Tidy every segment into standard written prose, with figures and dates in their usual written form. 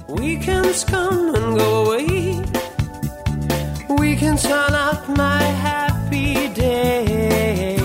Weekends come and go away. We can turn up my happy days.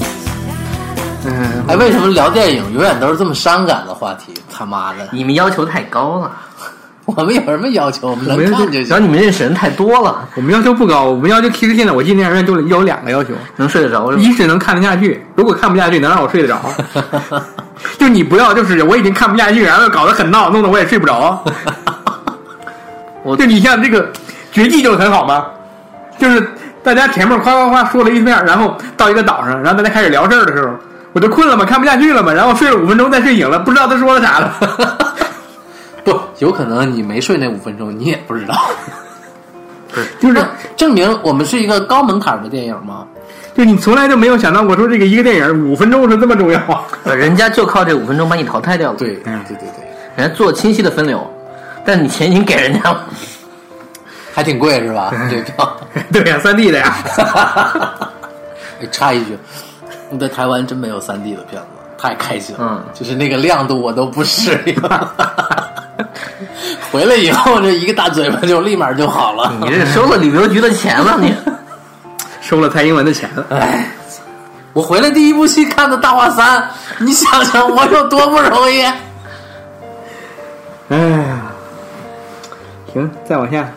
哎，为什么聊电影永远都是这么伤感的话题？他妈的， 你们要求太高了。 我们有什么要求？我们能看就行。 只要你们认识人太多了。 我们要求不高，我们要求其实现在我进电影院就有2个要求： 能睡得着， 一是能看得下去，如果看不下去能让我睡得着。就你不要就是我已经看不下去，然后搞得很闹，弄得我也睡不着。就你像这个绝技就很好嘛，就是大家前面夸夸夸说了一遍，然后到一个岛上，然后大家开始聊事儿的时候，我就困了嘛，看不下去了嘛，然后睡了5分钟再睡醒了，不知道他说了啥了。 不，有可能你没睡那5分钟，你也不知道。 就是证明我们是一个高门槛的电影吗？ 就你从来就没有想到过说这个一个电影5分钟是这么重要。 人家就靠这5分钟把你淘汰掉了。 对，对， 人家做清晰的分流，但你钱已经给人家了， 还挺贵是吧？这票。 对呀，3D 的呀。 插一句，我在台湾真没有3D 的片子，太开心了。就是那个亮度我都不适应。回来以后这一个大嘴巴就立马就好了。 你这收了旅游局的钱了，你收了蔡英文的钱了。 哎，我回来第一部戏看的《大话3》，你想想我有多不容易。 哎呀，行，再往下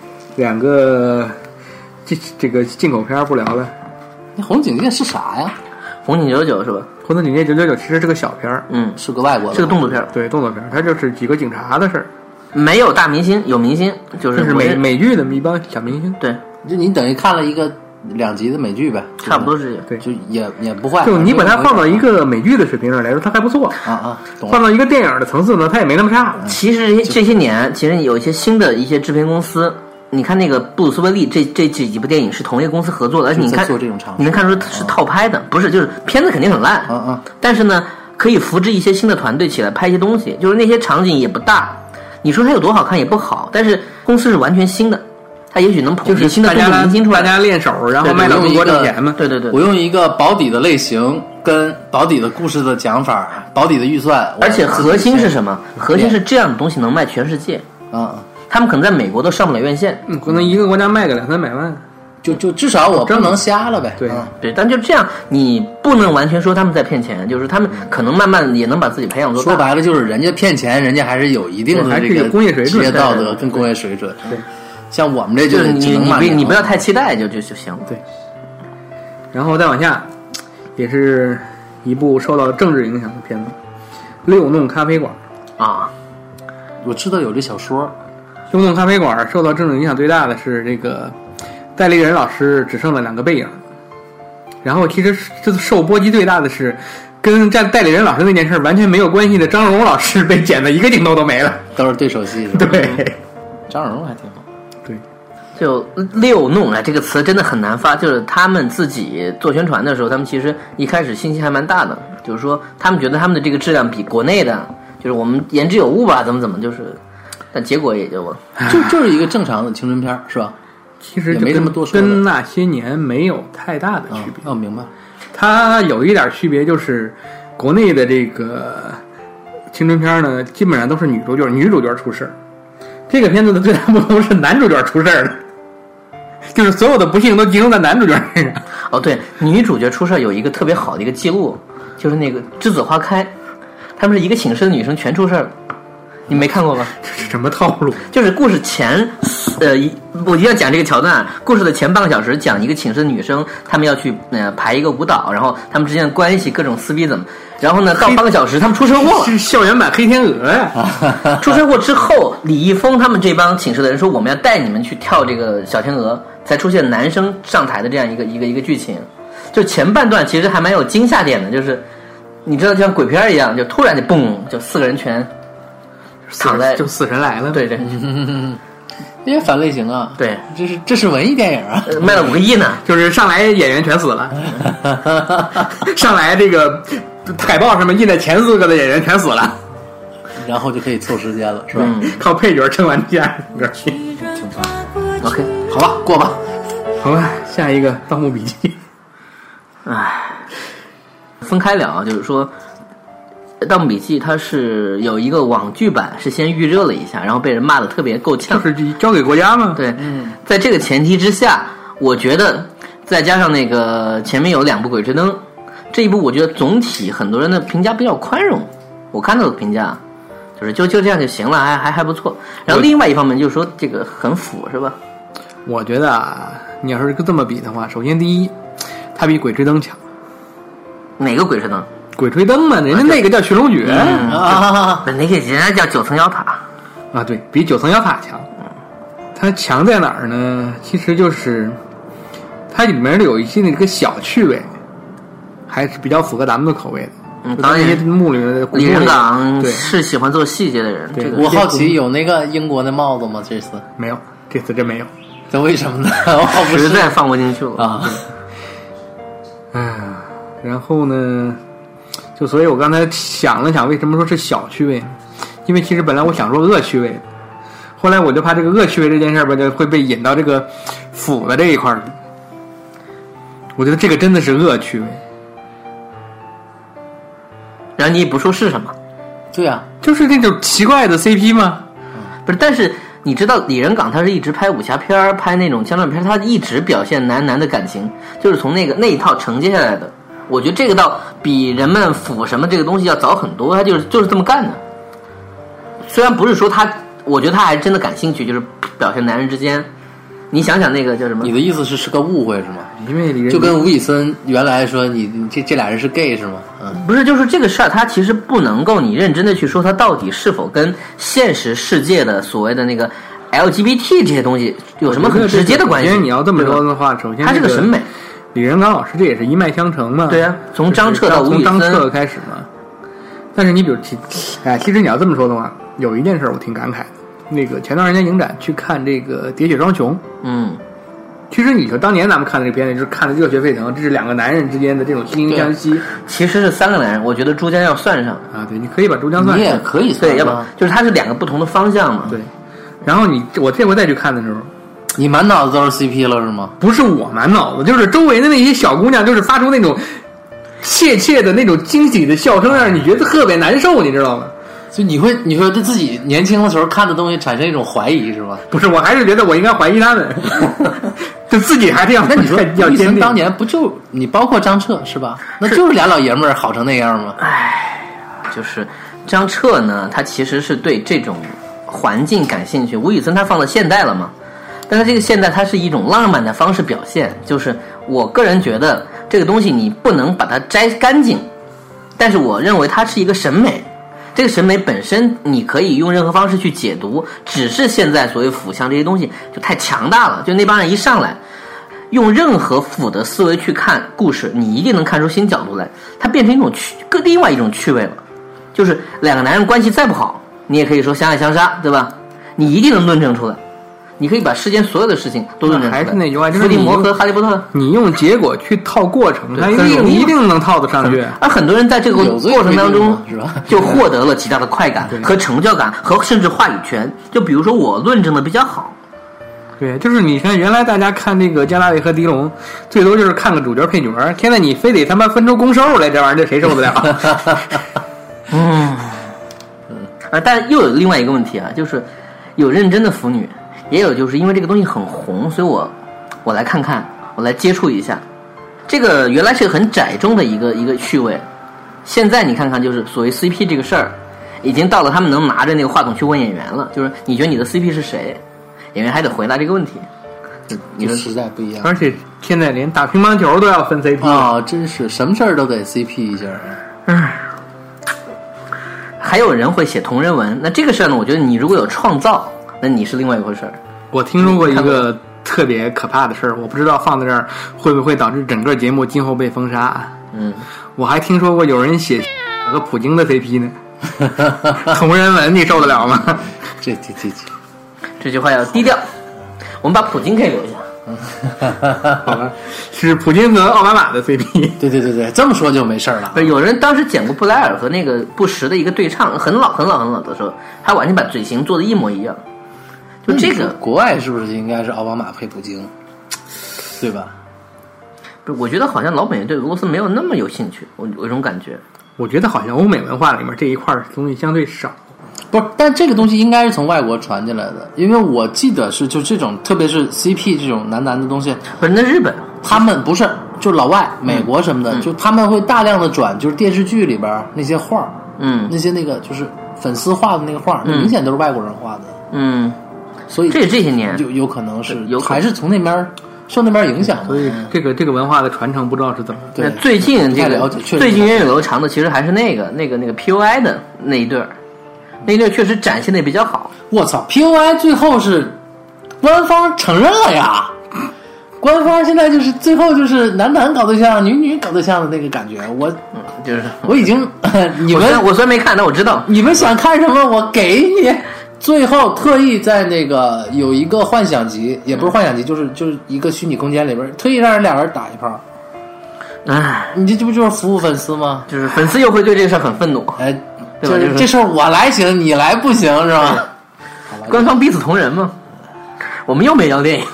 ，2个这个进口片不聊了。 那红警戒是啥呀？ 红警99是吧？ 红色警戒999其实是个小片是个外国的， 是个动作片。 对，动作片，它就是几个警察的事儿， 没有大明星，有明星，就是美剧的一帮小明星。 对， 就你等于看了一个2集的美剧呗， 差不多是对， 就也不坏。 就你把它放到一个美剧的水平上来说，它还不错放到一个电影的层次呢，它也没那么差。 其实这些年，其实有一些新的一些制片公司。你看那个布鲁斯威利这几部电影是同一个公司合作的，而且你看做这种尝试， 你能看出是套拍的，不是就是片子肯定很烂，但是呢可以扶植一些新的团队起来拍一些东西，就是那些场景也不大，你说它有多好看也不好，但是公司是完全新的，它也许能捧一些新的动作明星出来， 大家练手，然后卖到中国挣钱嘛。 对对对， 我用一个保底的类型跟保底的故事的讲法，保底的预算， 而且核心是什么？核心是这样的东西能卖全世界。他们可能在美国都上不了院线， 可能一个国家卖个200-300万， 就至少我不能瞎了呗。 对， 但就这样，你不能完全说他们在骗钱，就是他们可能慢慢也能把自己培养做大。 说白了就是人家骗钱，人家还是有一定的这个工业水准、 职业道德跟工业水准。 对， 像我们这就是你不要太期待就行。 对，然后再往下，也是一部受到政治影响的片子，《六弄咖啡馆》 啊， 我知道有这小说。 六弄咖啡馆受到政治影响最大的是这个戴立忍老师只剩了2个背影，然后其实这次受波及最大的是跟戴立忍老师那件事完全没有关系的张荣老师被剪的一个镜头都没了， 都是对手戏是吧？ 对， 张荣还挺好。 对， 就六弄这个词真的很难发，就是他们自己做宣传的时候，他们其实一开始信息还蛮大的，就是说他们觉得他们的这个质量比国内的，就是我们言之有物吧，怎么就是。但结果也就是一个正常的青春片是吧？ 其实也没什么多说的， 跟那些年没有太大的区别。 明白。 它有一点区别就是，国内的这个青春片呢，基本上都是女主角出事儿。这个片子的最大不同是男主角出事儿了，就是所有的不幸都集中在男主角身上。 哦，对，女主角出事儿有一个特别好的一个记录，就是那个栀子花开，他们是一个寝室的女生全出事儿了。你没看过吗？ 这是什么套路？ 就是故事前，我一定要讲这个桥段。故事的前半个小时讲一个寝室的女生，她们要去排一个舞蹈，然后她们之间的关系各种撕逼怎么，然后呢到半个小时她们出车祸了， 是校园版黑天鹅呀！ 出车祸之后，李易峰他们这帮寝室的人说我们要带你们去跳这个小天鹅，才出现男生上台的这样一个剧情。就前半段其实还蛮有惊吓点的，就是你知道就像鬼片一样，就突然就嘣，就4个人全。躺在就死神来了， 对对， 也反类型啊， 对， 这是文艺电影啊， 卖了5个亿呢， 就是上来演员全死了，上来这个海报上面印在前4个的演员全死了， 然后就可以凑时间了，是吧？ 靠配角撑完家个去， 挺棒。 OK， 好吧，过吧， 好吧，下一个《盗墓笔记》。 唉，分开聊啊，就是说。 盗墓笔记》它是有一个网剧版是先预热了一下，然后被人骂的特别够呛， 就是交给国家嘛。 对，在这个前提之下，我觉得再加上那个前面有2部《鬼吹灯》，这一部我觉得总体很多人的评价比较宽容，我看到的评价就是就这样就行了，还不错。然后另外一方面就是说这个很腐是吧？ 我觉得啊，你要是这么比的话，首先第一，它比《鬼吹灯》强。 哪个鬼吹灯？ 鬼吹灯嘛，人家那个叫寻龙诀那个人家叫9层妖塔啊，对比9层妖塔强。它强在哪儿呢？其实就是它里面有一些那个小趣味，还是比较符合咱们的口味的。 当然， 墓里面的李仁港是喜欢做细节的人。这个我好奇有那个英国的帽子吗？这次没有，这次真没有。 这为什么呢？我实在放不进去了啊！ 然后呢，就所以我刚才想了想，为什么说是小趣味？因为其实本来我想说恶趣味，后来我就怕这个恶趣味这件事吧，就会被引到这个腐的这一块儿。我觉得这个真的是恶趣味。 然后你也不说是什么？ 对啊， 就是那种奇怪的 CP 吗？ 不是，但是你知道李仁港他是一直拍武侠片，拍那种枪战片，他一直表现男的感情，就是从那一套承接下来的。我觉得这个倒比人们腐什么这个东西要早很多，他就是这么干的。虽然不是说他，我觉得他还真的感兴趣，就是表现男人之间。你想想那个叫什么？ 你的意思是个误会是吗？ 因为就跟吴宇森原来说你这俩人是 gay 是吗？ 不是，就是这个事儿，他其实不能够你认真的去说他到底是否跟现实世界的所谓的那个 LGBT 这些东西有什么很直接的关系。 因为你要这么说的话，首先他是个审美。 李仁港老师这也是一脉相承嘛。 对啊，从张彻到吴宇森， 从张彻开始嘛。但是你比如其实你要这么说的话，有一件事我挺感慨的。那个前段时间影展去看这个《喋血双雄》，其实你说当年咱们看的这片子，就是看的热血沸腾，这是2个男人之间的这种惺惺相惜。 其实是3个男人，我觉得珠江要算上啊，对，你可以把珠江算上， 你也可以算， 对，要不就是它是2个不同的方向嘛。 对，然后我这回再去看的时候， 你满脑子都是 CP 了是吗？ 不是我满脑子，就是周围的那些小姑娘，就是发出那种怯怯的那种惊喜的笑声，让你觉得特别难受，你知道吗？ 就你会对自己年轻的时候看的东西产生一种怀疑是吧？ 不是，我还是觉得我应该怀疑他们，就自己还是要。 那你说要坚定。 当年不就你包括张彻是吧？那就是俩老爷们儿好成那样吗？ 哎，就是张彻呢，他其实是对这种环境感兴趣。吴宇森他放到现代了嘛，但是这个现代它是一种浪漫的方式表现，就是我个人觉得这个东西你不能把它摘干净，但是我认为它是一个审美。这个审美本身你可以用任何方式去解读，只是现在所谓腐向这些东西就太强大了，就那帮人一上来用任何腐的思维去看故事，你一定能看出新角度来，它变成一种另外一种趣味了。就是2个男人关系再不好，你也可以说相爱相杀，对吧？你一定能论证出来，你可以把世间所有的事情都论证出来。 还是那句话，就是伏地魔和哈利波特， 你用结果去套过程，它一定能套得上去。 而很多人在这个过程当中就获得了极大的快感和成就感和甚至话语权。就比如说我论证的比较好， 对，就是你看原来大家看那个加拉维和狄龙，最多就是看个主角配角，现在你非得他妈分出攻受来，这玩意儿这谁受得了？ 但又有另外一个问题啊，就是有认真的腐女。也有就是因为这个东西很红，所以我来看看，我来接触一下。这个原来是个很窄中的一个趣味，现在你看看，就是所谓 CP 这个事儿，已经到了他们能拿着那个话筒去问演员了，就是你觉得你的 CP 是谁？演员还得回答这个问题。 你说实在不一样， 而且现在连打乒乓球都要分 CP 啊，真是什么事儿都得 CP 一下。 还有人会写同人文，那这个事儿呢，我觉得你如果有创造。那你是另外一回事儿。 我听说过一个特别可怕的事儿，我不知道放在这儿会不会导致整个节目今后被封杀。我还听说过有人写和普京的 CP 呢，同人文你受得了吗？ 这句话要低调，我们把普京可以留下。 好吧，是普京和奥巴马的 CP。 对，这么说就没事了。 有人当时剪过布莱尔和那个布什的一个对唱，很老的时候，他完全把嘴型做的一模一样。就这个， 国外是不是应该是奥巴马配普京，对吧？ 不，我觉得好像老美对俄罗斯没有那么有兴趣，我有一种感觉。 我觉得好像欧美文化里面这一块东西相对少。 不是，但这个东西应该是从外国传进来的，因为我记得是就这种，特别是 CP 这种男的东西， 不是那日本， 他们不是就老外、美国什么的，就他们会大量的转，就是电视剧里边那些画，那些那个就是粉丝画的那个画，明显都是外国人画的，所以这些年就有可能是还是从那边受那边影响， 所以这个文化的传承不知道是怎么。 对，最近这个最近源远流长的其实还是那个 POI 的那一对儿。那一对确实展现的也比较好。 我操 ，POI 最后是官方承认了呀！官方现在就是最后就是男搞对象，女搞对象的那个感觉。我已经你们我虽然没看，但我知道你们想看什么，我给你。最后特意在那个有一个幻想集，也不是幻想集，就是一个虚拟空间里边，特意让人俩人打一炮。你这不就是服务粉丝吗？ 就是粉丝又会对这个事很愤怒。 哎。就是这事儿我来行，你来不行是吧？ 官方彼此同仁嘛。我们又没聊电影。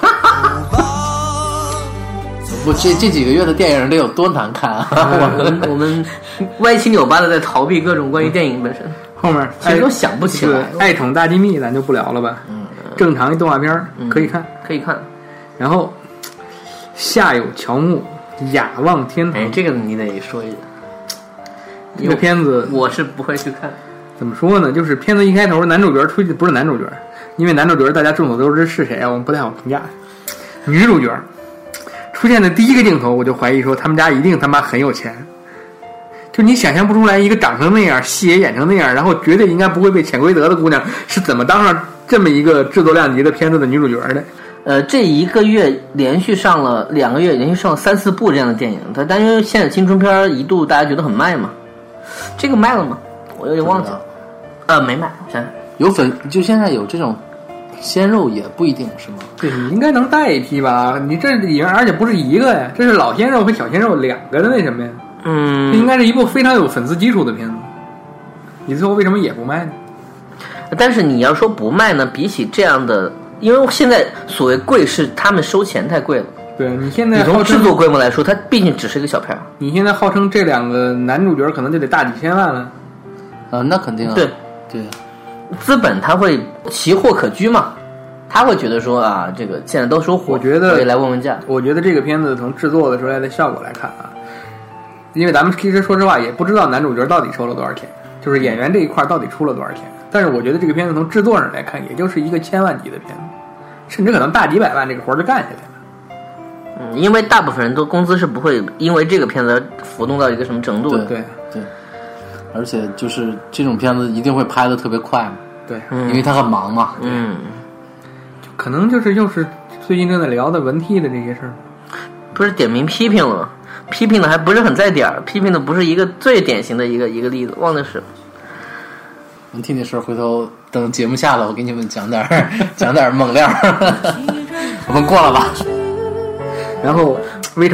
我这几个月的电影得有多难看啊！ 我们歪七扭八的在逃避各种关于电影本身。 后面其实都想不起来。 爱宠大机密咱就不聊了吧。正常一动画片可以看， 可以看。 然后夏有乔木，雅望天堂。 哎，这个你得说一下。 这个片子我是不会去看。 怎么说呢？就是片子一开头，男主角出去不是男主角，因为男主角大家众所周知是谁啊？我们不太好评价。女主角出现的第一个镜头，我就怀疑说他们家一定他妈很有钱。就你想象不出来，一个长成那样、戏也演成那样，然后绝对应该不会被潜规则的姑娘，是怎么当上这么一个制作量级的片子的女主角的？ 这一个月连续上了2个月，连续上了3-4部这样的电影。但因为现在青春片一度大家觉得很卖嘛。这个卖了吗？我有点忘记了。没卖，我想想。 有粉，就现在有这种鲜肉也不一定是吗？ 对，你应该能带一批吧？你这里面而且不是一个呀，这是老鲜肉和小鲜肉2个的那什么呀？这应该是一部非常有粉丝基础的片子。你最后为什么也不卖呢？ 但是你要说不卖呢，比起这样的，因为现在所谓贵是他们收钱太贵了。 对，你现在你从制作规模来说，它毕竟只是一个小片。 你现在号称这2个男主角可能就得大几千万了。 那肯定啊。 对，资本他会奇货可居嘛，他会觉得说啊，这个现在都说火， 我觉得来问问价。 我觉得这个片子从制作的出来的效果来看啊，因为咱们其实说实话也不知道男主角到底收了多少钱，就是演员这一块到底出了多少钱。但是我觉得这个片子从制作上来看，也就是一个1000万级的片子，甚至可能大几百万这个活就干下来了。 因为大部分人都工资是不会因为这个片子浮动到一个什么程度的。 对， 而且就是这种片子一定会拍的特别快嘛。 对， 因为他很忙嘛。 可能又是最近正在聊的文替的这些事儿。 不是点名批评了，批评的还不是很在点儿，批评的不是一个最典型的一个例子，忘的是。 文替那事儿，回头等节目下了，我给你们讲点猛料。我们过了吧。 然后微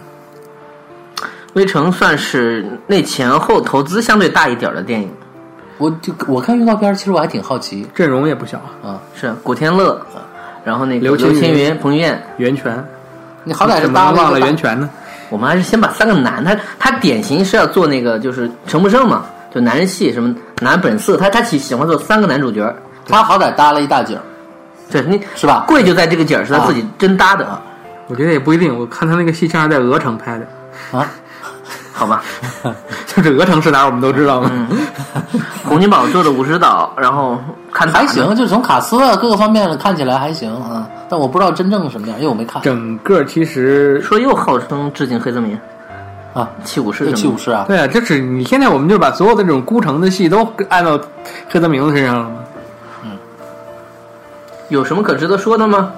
城算是那前后投资相对大一点的电影。 我看预告片，其实我还挺好奇， 阵容也不小啊，是古天乐，然后那个刘青云、彭于晏、 袁泉， 你好歹是搭忘了袁泉呢。 我们还是先把3个男，他典型是要做那个就是陈木胜嘛，就男人戏什么男本色，他喜欢做3个男主角， 他好歹搭了一大景， 对，你是吧？ 贵就在这个景是他自己真搭的。 我觉得也不一定，我看他那个戏像是在鹅城拍的啊， 好吧， 就是鹅城是哪儿我们都知道嘛。 洪金宝做的武指导，然后看还行，就是从卡斯各个方面看起来还行啊，但我不知道真正什么样，因为我没看。 整个其实说又号称致敬黑泽明啊， 七武士啊， 对啊，就是你现在我们就把所有的这种孤城的戏都按到黑泽明的身上了吗？ 有什么可值得说的吗？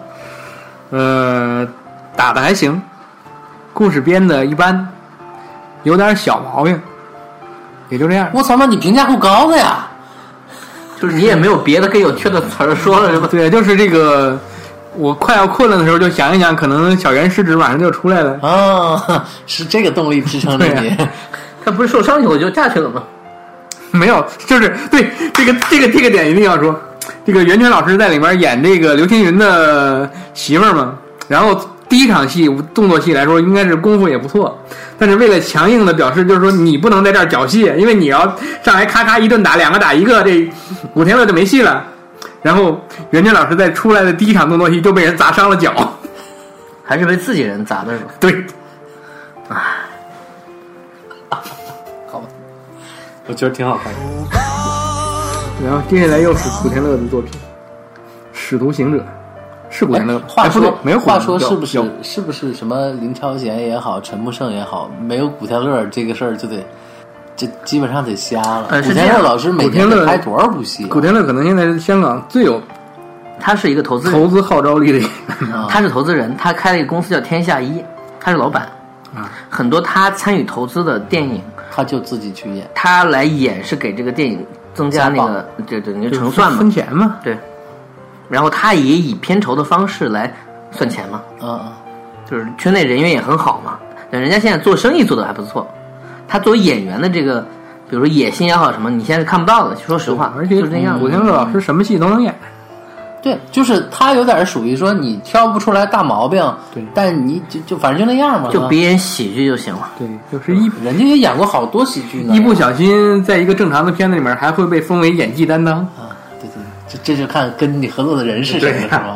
打的还行，故事编的一般，有点小毛病，也就这样。 我操，那你评价够高的呀！ 就是你也没有别的更有趣的词儿说了是吧？ 对，就是这个，我快要困了的时候就想一想，可能小圆失职马上就出来了。 哦，是这个动力支撑着你。 他不是受伤以后就下去了吗？ 没有，就是对这个点一定要说，这个袁泉老师在里面演这个刘青云的媳妇儿嘛，然后第一场戏动作戏来说，应该是功夫也不错，但是为了强硬的表示，就是说你不能在这儿缴戏，因为你要上来咔咔一顿打，2个打1个，这古天乐就没戏了。然后袁泉老师在出来的第一场动作戏就被人砸伤了脚， 还是被自己人砸的是吧？ 对， 好吧，我觉得挺好看的。 然后接下来又是古天乐的作品《使徒行者》，是古天乐。 话说不对，没有话说是不是有是不是什么林超贤也好，陈木胜也好，没有古天乐这个事儿就得。这基本上得瞎了。古天乐老师每年得拍多少部戏？ 古天乐可能现在是香港最有， 他是一个投资号召力的人， 他是投资人，他开了一个公司叫天下一，他是老板啊。 很多他参与投资的电影， 他就自己去演， 他来演是给这个电影增加那个对那个成算嘛， 分钱嘛。 对，然后他也以片酬的方式来算钱嘛。就是圈内人缘也很好嘛，人家现在做生意做得还不错。他作为演员的这个，比如说野心也好什么，你现在是看不到的。说实话， 而且就是那样。 古天乐老师什么戏都能演。 对，就是他有点属于说你挑不出来大毛病， 对， 但你就反正就那样嘛， 就别演喜剧就行了。 对，就是人家也演过好多喜剧呢。 一不小心在一个正常的片子里面还会被封为演技担当啊！对，这就看跟你合作的人是谁了，是吧？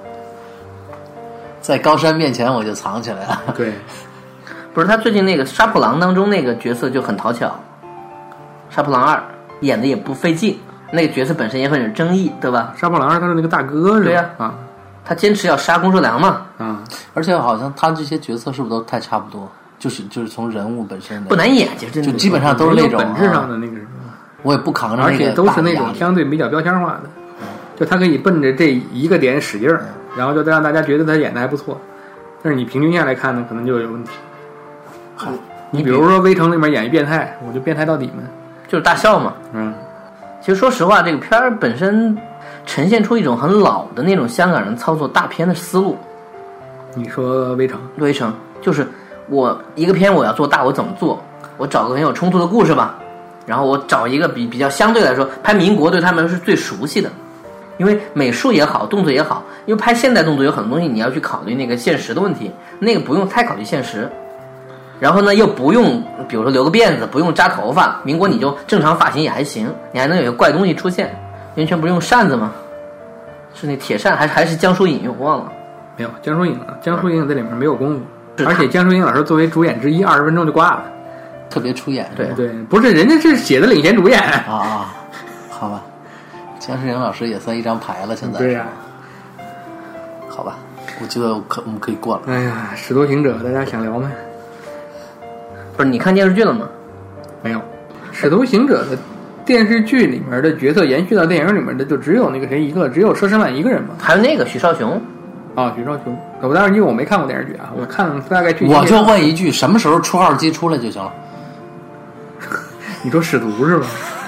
在高山面前我就藏起来了。 对。 不是他最近那个《杀破狼》当中那个角色就很讨巧，《杀破狼2》演的也不费劲，那个角色本身也很有争议，对吧？ 《杀破狼2》他是那个大哥是吧？ 对呀，他坚持要杀龚硕良嘛， 而且好像他这些角色是不是都太差不多？就是从人物本身的不难演，就基本上都是那种本质上的那个人， 我也不扛着那个， 而且都是那种相对比较标签化的，就他可以奔着这一个点使劲儿，然后就让大家觉得他演的还不错，但是你平均下来看呢，可能就有问题。你比如说《微城》里面演一变态，我就变态到底嘛， 就是大笑嘛。其实说实话，这个片儿本身呈现出一种很老的那种香港人操作大片的思路。 你说《微城》？ 《微城》就是我一个片我要做大，我怎么做？我找个很有冲突的故事吧，然后我找一个比较相对来说拍民国对他们是最熟悉的，因为美术也好，动作也好，因为拍现代动作有很多东西你要去考虑那个现实的问题，那个不用太考虑现实。然后呢，又不用，比如说留个辫子，不用扎头发。民国你就正常发型也还行，你还能有个怪东西出现。完全不是用扇子吗？是那铁扇，还是江疏影？我忘了。 没有江疏影，江疏影在里面没有功夫，而且江疏影老师作为主演之一，20分钟就挂了， 特别出演。 对，不是人家是写的领衔主演啊。好吧，江疏影老师也算一张牌了，现在。 对呀。 好吧，我觉得我们可以过了。 哎呀，《使徒行者》大家想聊吗？ 不是，你看电视剧了吗？ 没有，《使徒行者》的电视剧里面的角色延续到电影里面的就只有那个谁一个，只有佘诗曼一个人嘛。 还有那个许绍雄。 许绍雄。我当时因为我没看过电视剧啊，我看大概剧情。 我就问一句，什么时候出号机出来就行了？ 你说使徒是吧？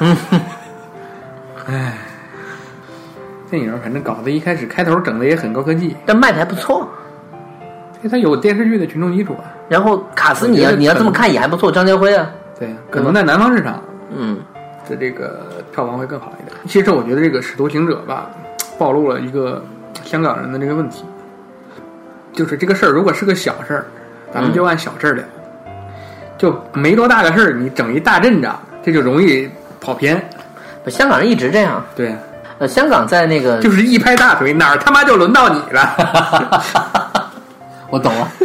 哎，电影反正搞得一开始开头整的也很高科技， 但卖的还不错。 因为它有电视剧的群众基础啊。 然后卡斯你要这么看也还不错，张家辉啊。 对，可能在南方市场，的这个票房会更好一点。其实我觉得这个《使徒行者》吧，暴露了一个香港人的这个问题，就是这个事儿如果是个小事儿，咱们就按小事儿聊，就没多大个事儿，你整一大阵仗，这就容易跑偏。 香港人一直这样。 对， 香港在那个就是一拍大腿，哪儿他妈就轮到你了。 我懂了。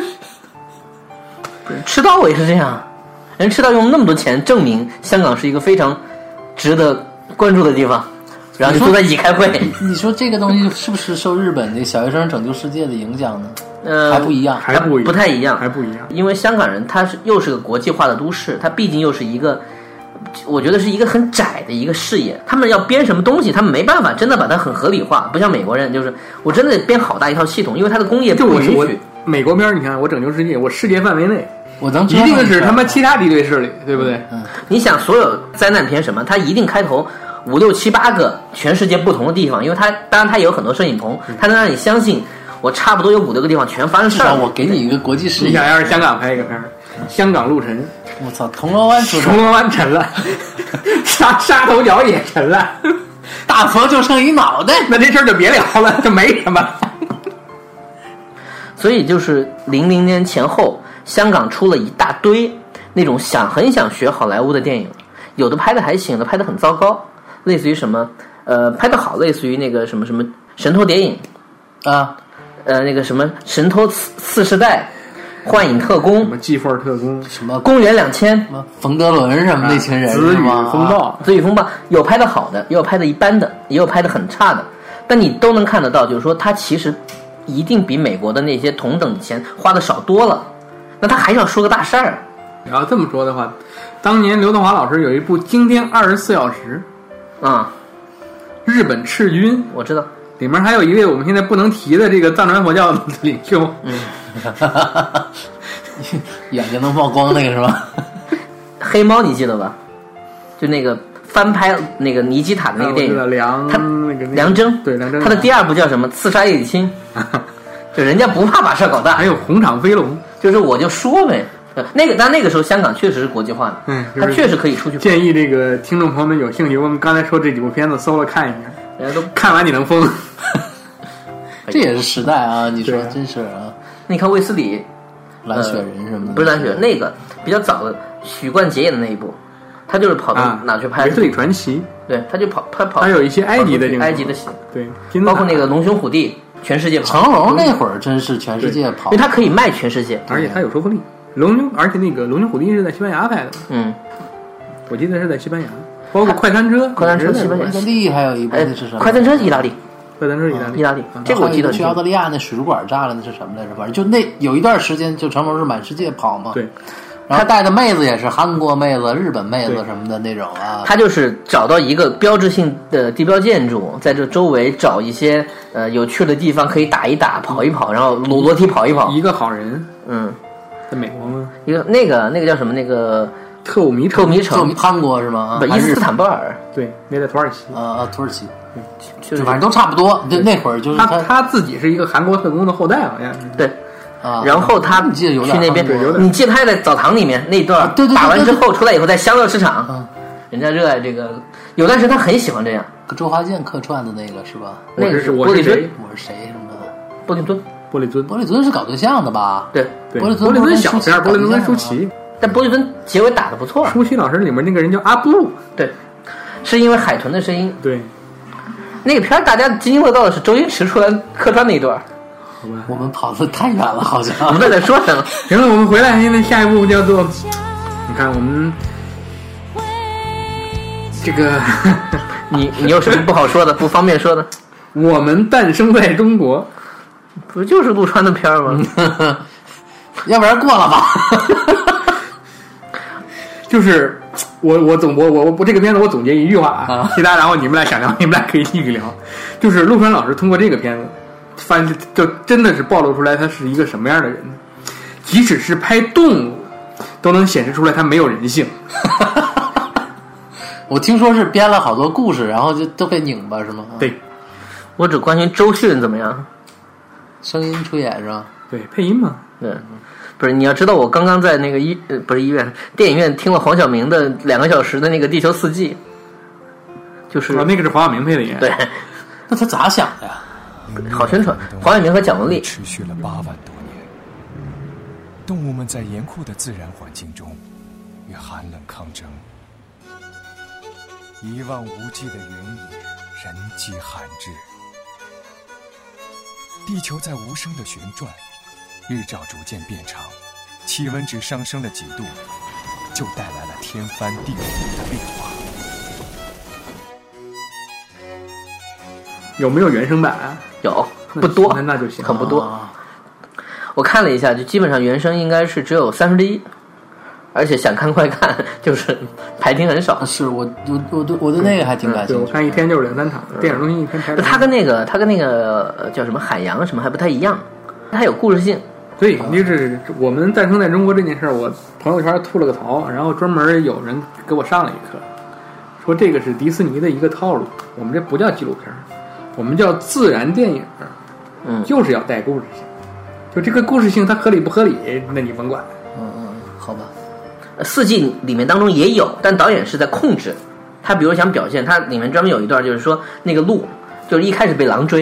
赤道也是这样，人赤道用那么多钱证明香港是一个非常值得关注的地方，然后就坐在一起开会。 你说这个东西是不是受日本的小学生拯救世界的影响呢？还不一样， 不太一样， 还不一样。 因为香港人他又是个国际化的都市，他毕竟又是一个，我觉得是一个很窄的一个视野。他们要编什么东西，他们没办法真的把它很合理化，不像美国人，就是我真的得编好大一套系统，因为他的工业不允许。 美国片你看，我拯救世界，我世界范围内。 我能一定是他妈其他敌对势力，对不对？ 你想所有灾难片什么，它一定开头5、6、7、8个全世界不同的地方，因为它当然它也有很多摄影棚，它能让你相信我差不多有5、6个地方全发生事儿。 我给你一个国际视野。 你想要是香港拍一个片，香港陆沉， 我操，铜锣湾沉了，沙头角也沉了， 大佛就剩一脑袋， 那这事儿就别聊了，就没什么。 所以就是00年前后，香港出了一大堆那种很想学好莱坞的电影，有的拍的还行，有的拍的很糟糕，类似于什么拍的好，类似于那个什么什么神偷谍影啊， 那个什么神偷四世代。幻影特工， 什么继父特工， 什么公元2000， 什么冯德伦什么那群人， 紫雨风暴， 紫雨风暴有拍的好的，也有拍的一般的，也有拍的很差的，但你都能看得到，就是说他其实一定比美国的那些同等的钱花的少多了，那他还是要说个大事儿。 你要这么说的话，当年刘德华老师有一部《惊天24小时》，日本赤军， 我知道， 里面还有一位我们现在不能提的这个藏传佛教的领袖， 眼睛能冒光那个是吧？ 黑猫你记得吧？就那个翻拍那个尼基塔的那个电影，梁征， 对梁征， 他的第二部叫什么？刺杀叶利钦，就人家不怕把事搞大。 还有红场飞龙， 就是我就说呗。但那个时候香港确实是国际化的，他确实可以出去。 建议这个听众朋友们有兴趣，我们刚才说这几部片子搜了看一下， 人家都看完你能疯。 这也是时代啊！你说真是啊！ 你看卫斯理、 蓝雪人什么的， 不是蓝雪人，那个比较早的许冠杰演的那一部，他就是跑到哪去拍？ 卫斯理传奇， 对，他就跑。 还有一些埃及的戏， 对， 包括那个龙兄虎弟，全世界跑。 成龙那会儿真是全世界跑， 因为他可以卖全世界， 而且他有说服力。而且那个龙兄虎弟是在西班牙拍的，我记得是在西班牙，包括快餐车西班牙， 意大利还有一部那是什么？ 快餐车意大利。 意大利， 这个我记得。 去澳大利亚那水族馆炸了，那是什么来着？反正就那有一段时间，就成龙是满世界跑嘛。 对， 然后带的妹子也是韩国妹子、日本妹子什么的那种啊。 他就是找到一个标志性的地标建筑，在这周围找一些有趣的地方可以打一打、跑一跑，然后裸体跑一跑。 一个好人，在美国吗？ 一个那个叫什么？那个特务迷城， 韩国是吗？ 不，伊斯坦布尔。 对，那在土耳其。 土耳其。 就反正都差不多。那会儿就是他自己是一个韩国特工的后代，好像是。 对。然后他去那边，你记得他在澡堂里面那段，打完之后出来以后在香乐市场，人家热爱这个。有段时间他很喜欢这样。 跟周华健客串的那个是吧？ 那个是玻璃樽， 我是谁什么的？ 玻璃樽是搞对象的吧？ 对， 玻璃樽小片，玻璃樽跟舒淇。 但玻璃樽结尾打得不错。 舒淇老师里面那个人叫阿布， 对，是因为海豚的声音。 对， 那个片大家津津乐道的是周星驰出来客串那一段。 好吧，我们跑得太远了，好像我们在说什么？ 行了，我们回来，现在下一步叫做，你看我们这个， 你有什么不好说的，不方便说的？ 我们诞生在中国， 不就是陆川的片吗？ 要不然过了吧。 就是我这个片子我总结一句话啊，其他然后你们俩想聊，你们俩可以继续聊。就是陆川老师通过这个片子，就真的是暴露出来他是一个什么样的人，即使是拍动物，都能显示出来他没有人性。 我听说是编了好多故事，然后就都给拧巴是吗？ 对， 我只关心周迅怎么样， 声音出演是吧？ 对，配音嘛。 对，不是你要知道，我刚刚在那个不是医院，电影院听了黄晓明的2个小时的那个《地球四季》，就是那个是黄晓明配的音。 对， 那他咋想的呀？ 好宣传，黄晓明和蒋雯丽。 持续了8万多年，动物们在严酷的自然环境中与寒冷抗争，一望无际的原野，人迹罕至。地球在无声的旋转，日照逐渐变长，气温只上升了几度，就带来了天翻地覆的变化。 有没有原声版？ 有，不多， 那就行， 很不多。我看了一下，就基本上原声应该是只有1/3，而且想看快看，就是排听很少。 是我对那个还挺感兴趣。 我看一天就是2-3场，电影中心一天排。 他跟那个叫什么海洋什么还不太一样，它有故事性。 对，就是我们诞生在中国这件事儿，我朋友圈吐了个槽，然后专门有人给我上了一课，说这个是迪士尼的一个套路，我们这不叫纪录片，我们叫自然电影，就是要带故事性。就这个故事性它合理不合理，那你甭管。 好吧。 4季里面当中也有，但导演是在控制。他比如想表现，他里面专门有一段就是说那个鹿就是一开始被狼追，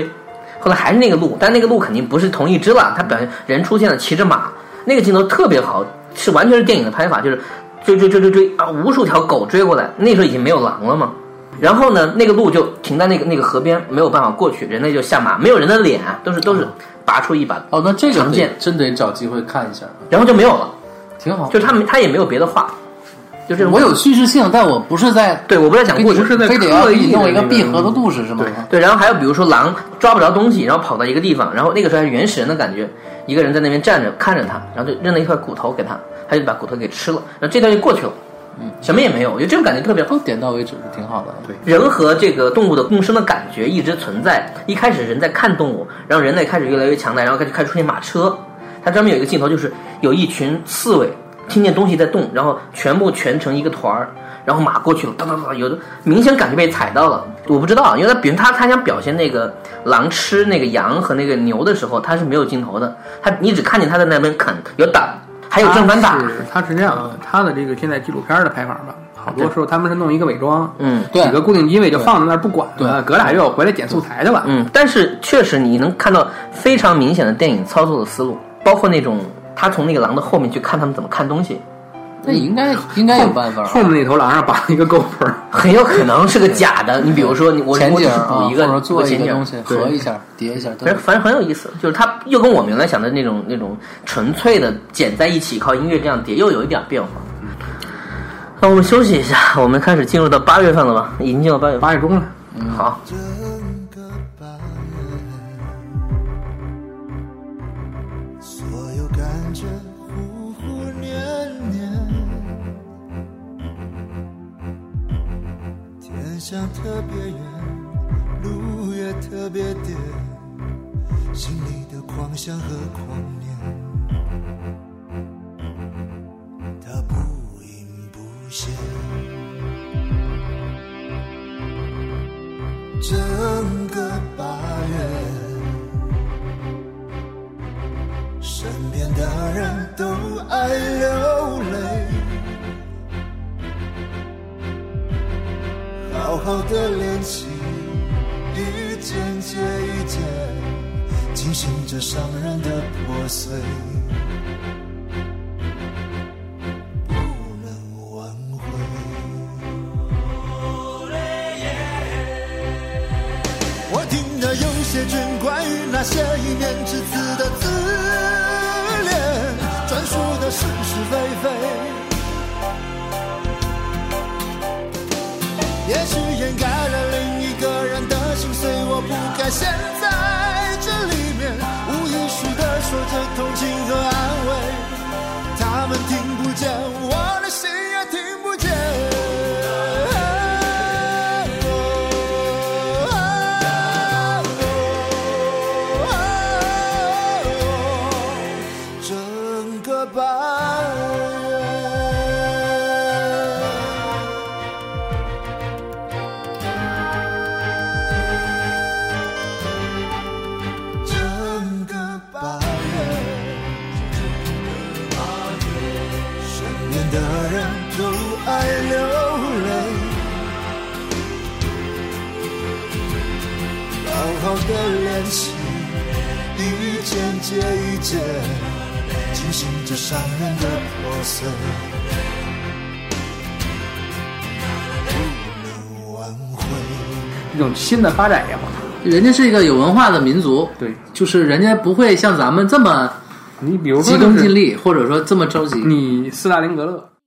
后来还是那个鹿，但那个鹿肯定不是同一只了，它表现人出现了骑着马，那个镜头特别好，是完全是电影的拍法，就是追啊，无数条狗追过来，那时候已经没有狼了嘛。然后呢，那个鹿就停在那个河边，没有办法过去，人类就下马，没有人的脸，都是拔出一把哦，那这个长剑， 真得找机会看一下， 然后就没有了， 挺好。 就他也没有别的话。就是我有叙事性，但我不是在我不是在讲故事， 非得要弄一个闭合的故事是吗？ 对，然后还有比如说狼抓不着东西，然后跑到一个地方，然后那个时候还是原始人的感觉，一个人在那边站着看着他，然后就扔了一块骨头给他，他就把骨头给吃了，然后这段就过去了，什么也没有，我觉得这种感觉特别好， 点到为止是挺好的。 对，人和这个动物的共生的感觉一直存在。一开始人在看动物，然后人类开始越来越强大，然后开始出现马车。它专门有一个镜头，就是有一群刺猬听见东西在动，然后全成一个团儿，然后马过去了，当当当，有的明显感觉被踩到了。我不知道，因为他想表现那个狼吃那个羊和那个牛的时候，他是没有镜头的，你只看见他在那边啃，有打，还有正反打。 他是这样的，他的这个现在纪录片的拍法吧，好多时候他们是弄一个伪装， 对， 几个固定机位就放在那儿不管了，隔俩月我回来剪素材去了。 但是确实你能看到非常明显的电影操作的思路，包括那种他从那个狼的后面去看他们怎么看东西。 那应该有办法。 后面那头狼上绑一个狗盆， 很有可能是个假的。你比如说，我前景补一个， 或者做一个东西合一下、叠一下， 反正很有意思。就是它又跟我们原来想的那种纯粹的剪在一起靠音乐这样叠，又有一点变化。那我们休息一下，我们开始进入到8月份了吧？已经进入8月中了。好。 想特别远，路也特别颠，心里的狂想和狂念，它不隐不现。整个8月，身边的人都爱流泪。好好的练习，一件接一件，进行着伤人的破碎，不能挽回。我听得有些卷，关于那些一面之词的自恋，专属的是是非非。也许掩盖了另一个人的心碎，我不该陷在这里面，无意识地说着同情和安慰，他们听不见，我的心也听不见。整个8月。的人都爱流泪，好好的练习，一件接一件，进行着伤人的破碎，不能挽回。 一种新的发展也好， 人家是一个有文化的民族， 对， 就是人家不会像咱们这么。 你比如说急功近利，或者说这么着急。 你斯大林格勒